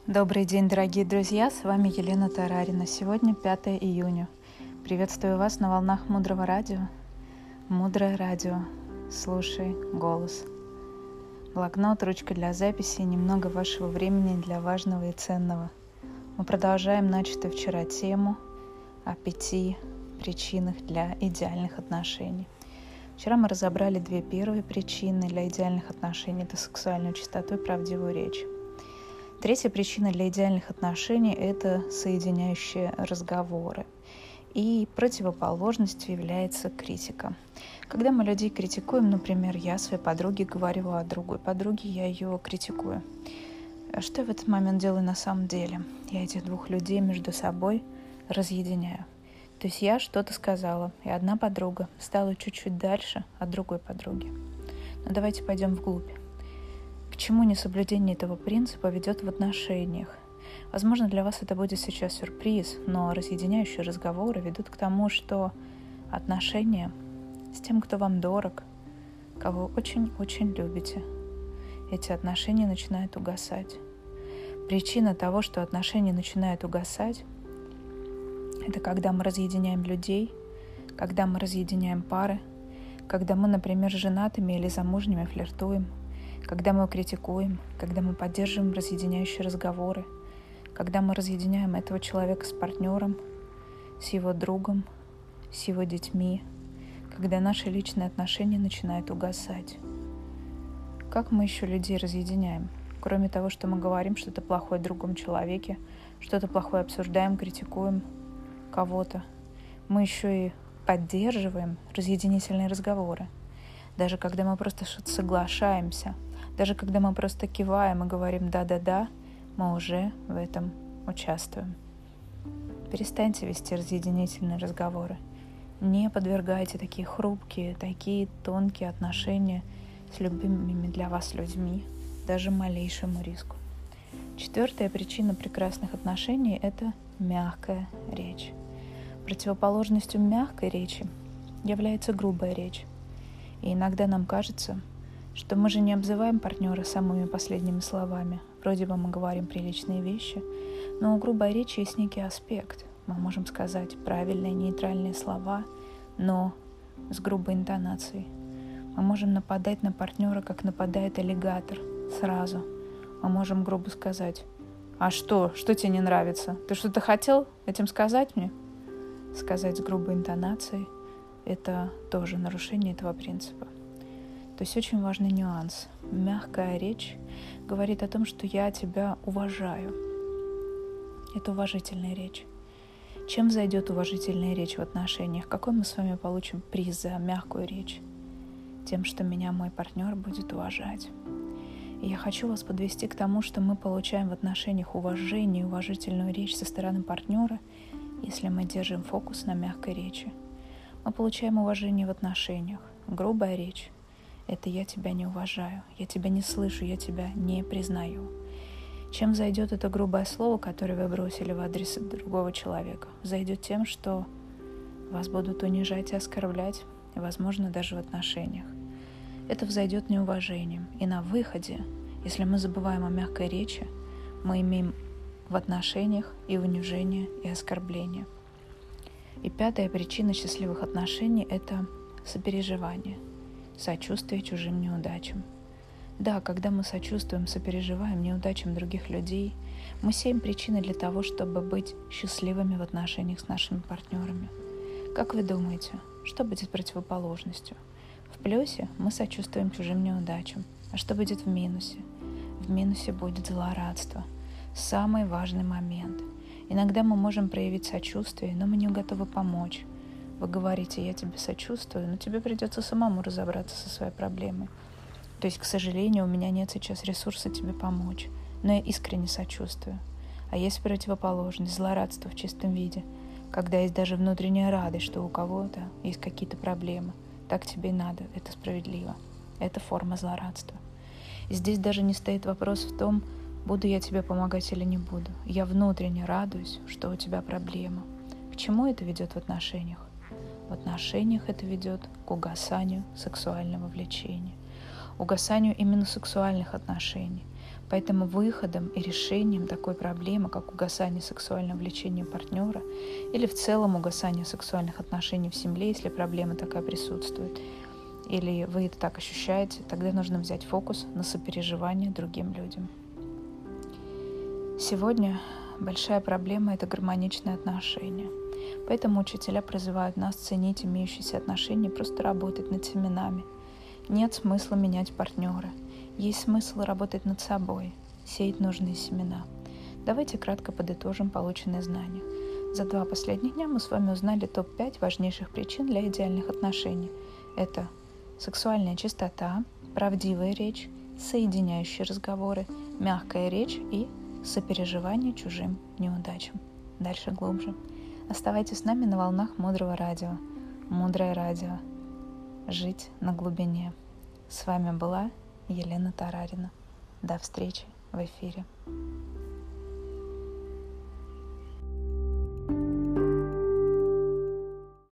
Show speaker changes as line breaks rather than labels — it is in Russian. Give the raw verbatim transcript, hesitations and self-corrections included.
Добрый день, дорогие друзья, с вами Елена Тарарина. Сегодня пятое июня. Приветствую вас на волнах Мудрого радио. Мудрое радио. Слушай голос. Блокнот, ручка для записи и немного вашего времени для важного и ценного. Мы продолжаем начатую вчера тему о пяти причинах для идеальных отношений. Вчера мы разобрали две первые причины для идеальных отношений. Это сексуальную чистоту и правдивую речь. Третья причина для идеальных отношений – это соединяющие разговоры. И противоположностью является критика. Когда мы людей критикуем, например, я своей подруге говорю о другой подруге, я ее критикую. Что я в этот момент делаю на самом деле? Я этих двух людей между собой разъединяю. То есть я что-то сказала, и одна подруга стала чуть-чуть дальше от другой подруги. Но давайте пойдем вглубь. К чему несоблюдение этого принципа ведет в отношениях? Возможно, для вас это будет сейчас сюрприз, но разъединяющие разговоры ведут к тому, что отношения с тем, кто вам дорог, кого очень-очень любите, эти отношения начинают угасать. Причина того, что отношения начинают угасать, это когда мы разъединяем людей, когда мы разъединяем пары, когда мы, например, женатыми или замужними флиртуем, когда мы критикуем, когда мы поддерживаем разъединяющие разговоры, когда мы разъединяем этого человека с партнером, с его другом, с его детьми, когда наши личные отношения начинают угасать. Как мы еще людей разъединяем? Кроме того, что мы говорим что-то плохое о другом человеке, что-то плохое обсуждаем, критикуем кого-то, мы еще и поддерживаем разъединительные разговоры. Даже когда мы просто что-то соглашаемся, даже когда мы просто киваем и говорим «да-да-да», мы уже в этом участвуем. Перестаньте вести разъединительные разговоры. Не подвергайте такие хрупкие, такие тонкие отношения с любимыми для вас людьми даже малейшему риску. Четвертая причина прекрасных отношений – это мягкая речь. Противоположностью мягкой речи является грубая речь. И иногда нам кажется, что мы же не обзываем партнера самыми последними словами. Вроде бы мы говорим приличные вещи, но у грубой речи есть некий аспект. Мы можем сказать правильные, нейтральные слова, но с грубой интонацией. Мы можем нападать на партнера, как нападает аллигатор, сразу. Мы можем грубо сказать: «А что? Что тебе не нравится? Ты что-то хотел этим сказать мне?» Сказать с грубой интонацией – это тоже нарушение этого принципа. То есть очень важный нюанс. Мягкая речь говорит о том, что я тебя уважаю. Это уважительная речь. Чем зайдет уважительная речь в отношениях? Какой мы с вами получим приз за мягкую речь? Тем, что меня мой партнер будет уважать. И я хочу вас подвести к тому, что мы получаем в отношениях уважение и уважительную речь со стороны партнера, если мы держим фокус на мягкой речи. Мы получаем уважение в отношениях. Грубая речь – это «я тебя не уважаю», «я тебя не слышу», «я тебя не признаю». Чем зайдет это грубое слово, которое вы бросили в адрес другого человека? Зайдет тем, что вас будут унижать и оскорблять, и, возможно, даже в отношениях. Это взойдет неуважением. И на выходе, если мы забываем о мягкой речи, мы имеем в отношениях и унижение, и оскорбление. И пятая причина счастливых отношений – это сопереживание, сочувствие чужим неудачам. Да, когда мы сочувствуем, сопереживаем неудачам других людей, мы сеем причины для того, чтобы быть счастливыми в отношениях с нашими партнерами. Как вы думаете, что будет противоположностью? В плюсе мы сочувствуем чужим неудачам. А что будет в минусе? В минусе будет злорадство. Самый важный момент. Иногда мы можем проявить сочувствие, но мы не готовы помочь. Вы говорите: «я тебе сочувствую», но тебе придется самому разобраться со своей проблемой. То есть, к сожалению, у меня нет сейчас ресурса тебе помочь, но я искренне сочувствую. А есть противоположность, злорадство в чистом виде, когда есть даже внутренняя радость, что у кого-то есть какие-то проблемы. Так тебе и надо, это справедливо. Это форма злорадства. И здесь даже не стоит вопрос в том, буду я тебе помогать или не буду. Я внутренне радуюсь, что у тебя проблема. К чему это ведет в отношениях? В отношениях это ведет к угасанию сексуального влечения, угасанию именно сексуальных отношений. Поэтому выходом и решением такой проблемы, как угасание сексуального влечения партнера или в целом угасание сексуальных отношений в семье, если проблема такая присутствует, или вы это так ощущаете, тогда нужно взять фокус на сопереживание другим людям. Сегодня большая проблема – это гармоничные отношения. Поэтому учителя призывают нас ценить имеющиеся отношения, просто работать над семенами. Нет смысла менять партнера. Есть смысл работать над собой, сеять нужные семена. Давайте кратко подытожим полученные знания. За два последних дня мы с вами узнали топ пять важнейших причин для идеальных отношений. Это сексуальная чистота, правдивая речь, соединяющие разговоры, мягкая речь и сопереживание чужим неудачам. Дальше глубже. Оставайтесь с нами на волнах Мудрого радио. Мудрое радио. Жить на глубине. С вами была Елена Тарарина. До встречи в эфире.